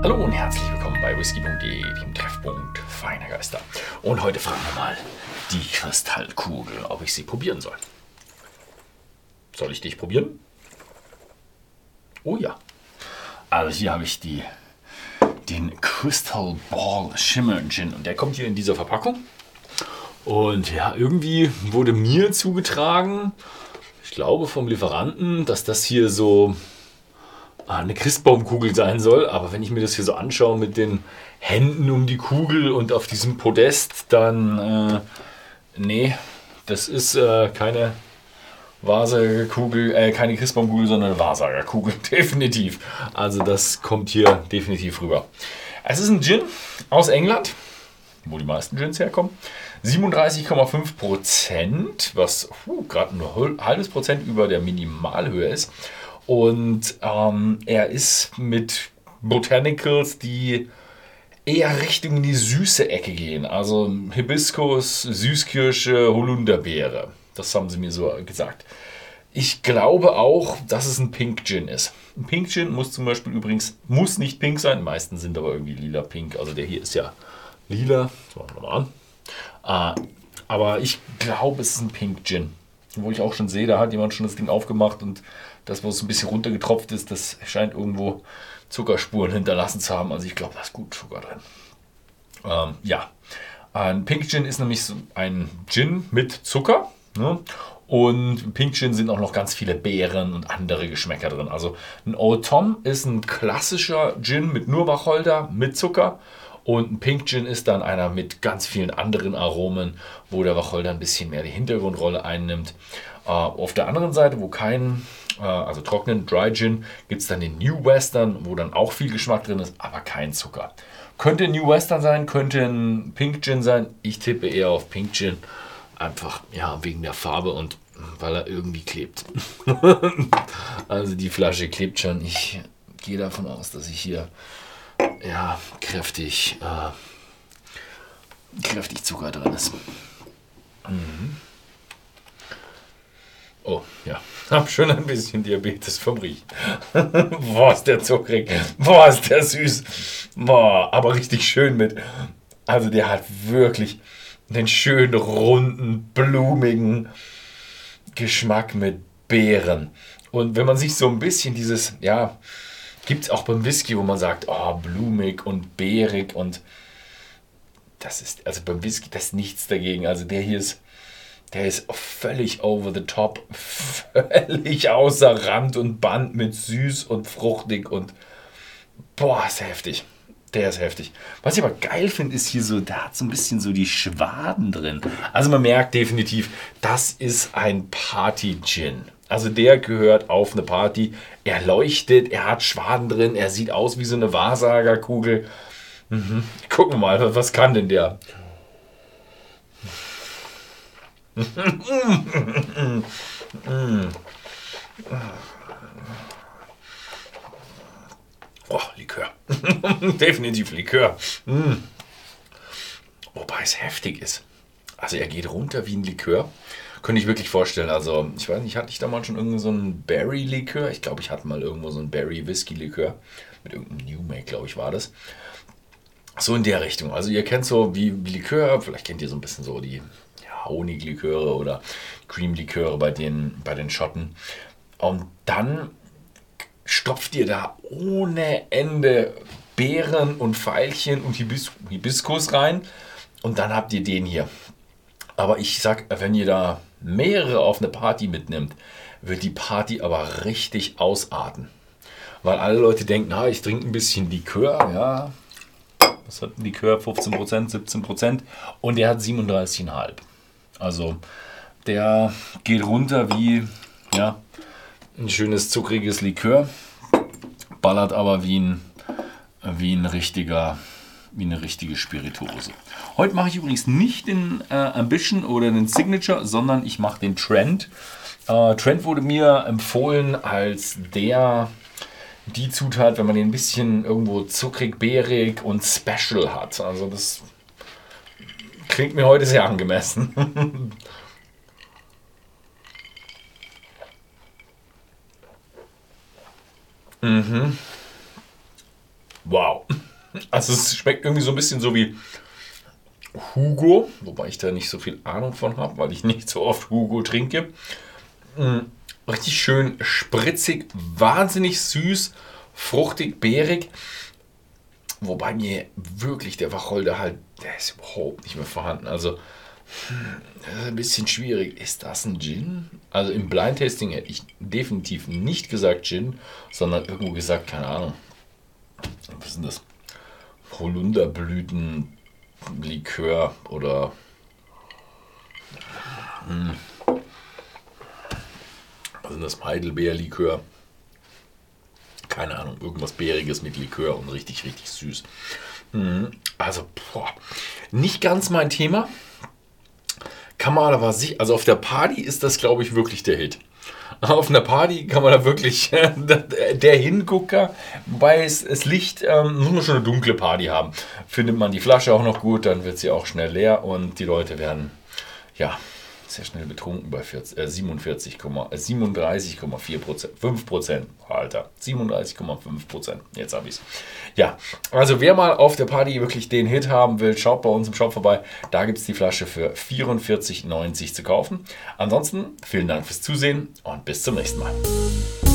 Hallo und herzlich willkommen bei whisky.de, dem Treffpunkt feiner Geister. Und heute fragen wir mal die Kristallkugel, ob ich sie probieren soll. Soll ich dich probieren? Oh ja. Also hier habe ich den Crystal Ball Shimmer Gin und der kommt hier in dieser Verpackung. Und ja, irgendwie wurde mir zugetragen, ich glaube vom Lieferanten, dass das hier so eine Christbaumkugel sein soll, aber wenn ich mir das hier so anschaue mit den Händen um die Kugel und auf diesem Podest, dann nee, das ist keine Wahrsagerkugel, keine Christbaumkugel, sondern eine Wahrsagerkugel, definitiv. Also das kommt hier definitiv rüber. Es ist ein Gin aus England, wo die meisten Gins herkommen. 37,5%, was gerade nur ein halbes Prozent über der Minimalhöhe ist. Und er ist mit Botanicals, die eher Richtung in die süße Ecke gehen. Also Hibiskus, Süßkirsche, Holunderbeere. Das haben sie mir so gesagt. Ich glaube auch, dass es ein Pink Gin ist. Ein Pink Gin muss zum Beispiel übrigens, muss nicht pink sein. Die meisten sind aber irgendwie lila-pink. Also der hier ist ja lila. Das machen wir mal an. Aber ich glaube, es ist ein Pink Gin. Wo ich auch schon sehe, da hat jemand schon das Ding aufgemacht und das, wo es ein bisschen runtergetropft ist, das scheint irgendwo Zuckerspuren hinterlassen zu haben. Also ich glaube, da ist gut Zucker drin. Ja, ein Pink Gin ist nämlich so ein Gin mit Zucker. Ne? Und Pink Gin sind auch noch ganz viele Beeren und andere Geschmäcker drin. Also ein Old Tom ist ein klassischer Gin mit nur Wacholder, mit Zucker. Und ein Pink Gin ist dann einer mit ganz vielen anderen Aromen, wo der Wacholder ein bisschen mehr die Hintergrundrolle einnimmt. Auf der anderen Seite, wo kein, also trockenen Dry Gin, gibt es dann den New Western, wo dann auch viel Geschmack drin ist, aber kein Zucker. Könnte ein New Western sein, könnte ein Pink Gin sein. Ich tippe eher auf Pink Gin. Einfach ja, wegen der Farbe und weil er irgendwie klebt. Also die Flasche klebt schon. Ich gehe davon aus, dass ich hier ja, kräftig Zucker drin ist. Mhm. Oh, ja. Hab schon ein bisschen Diabetes vom Riechen. Boah, ist der zuckrig. Boah, ist der süß. Boah, aber richtig schön mit. Also der hat wirklich einen schönen, runden, blumigen Geschmack mit Beeren. Und wenn man sich so ein bisschen dieses, ja, gibt es auch beim Whisky, wo man sagt, oh, blumig und beerig und das ist, also beim Whisky, das ist nichts dagegen. Also der hier ist, der ist völlig over the top, völlig außer Rand und Band mit süß und fruchtig und boah, ist heftig. Der ist heftig. Was ich aber geil finde, ist hier so, da hat so ein bisschen so die Schwaden drin. Also man merkt definitiv, das ist ein Party-Gin. Also der gehört auf eine Party. Er leuchtet, er hat Schwaden drin, er sieht aus wie so eine Wahrsagerkugel. Gucken wir mal, was kann denn der? Oh, Likör. Definitiv Likör. Wobei es heftig ist. Also er geht runter wie ein Likör. Könnte ich wirklich vorstellen. Also ich weiß nicht, hatte ich da mal schon irgendeinen so einen Berry-Likör? Ich glaube, ich hatte mal irgendwo so einen Berry-Whisky-Likör. Mit irgendeinem New Make, glaube ich, war das. So in der Richtung. Also ihr kennt so wie Likör, vielleicht kennt ihr so ein bisschen so die ja, Honig-Liköre oder Cream-Liköre bei den Schotten. Und dann stopft ihr da ohne Ende Beeren und Veilchen und Hibiskus rein und dann habt ihr den hier. Aber ich sag, wenn ihr da mehrere auf eine Party mitnimmt, wird die Party aber richtig ausarten. Weil alle Leute denken, ich trinke ein bisschen Likör, ja. Was hat ein Likör? 15%, 17%. Und der hat 37,5. Also der geht runter wie ja, ein schönes zuckriges Likör, ballert aber wie eine richtige Spirituose. Heute mache ich übrigens nicht den Ambition oder den Signature, sondern ich mache den Trend. Trend wurde mir empfohlen als die Zutat, wenn man den ein bisschen irgendwo zuckrig, beerig und special hat. Also das klingt mir heute sehr angemessen. Wow. Also es schmeckt irgendwie so ein bisschen so wie Hugo, wobei ich da nicht so viel Ahnung von habe, weil ich nicht so oft Hugo trinke. Richtig schön spritzig, wahnsinnig süß, fruchtig, beerig. Wobei mir wirklich der Wacholder halt, der ist überhaupt nicht mehr vorhanden. Also, das ist ein bisschen schwierig. Ist das ein Gin? Also im Blind-Tasting hätte ich definitiv nicht gesagt Gin, sondern irgendwo gesagt, keine Ahnung. Was ist denn das? Holunderblütenlikör oder was ist das? Heidelbeerlikör. Keine Ahnung, irgendwas Beeriges mit Likör und richtig, richtig süß. Also, nicht ganz mein Thema. Kann man aber sich, also auf der Party ist das, glaube ich, wirklich der Hit. Auf einer Party kann man da wirklich der Hingucker, wobei es Licht, muss man schon eine dunkle Party haben. Findet man die Flasche auch noch gut, dann wird sie auch schnell leer und die Leute werden, ja, sehr schnell betrunken bei 37,4%, 5%, Alter, 37,5%, jetzt habe ich es. Ja, also wer mal auf der Party wirklich den Hit haben will, schaut bei uns im Shop vorbei, da gibt es die Flasche für 44,90 zu kaufen. Ansonsten vielen Dank fürs Zusehen und bis zum nächsten Mal.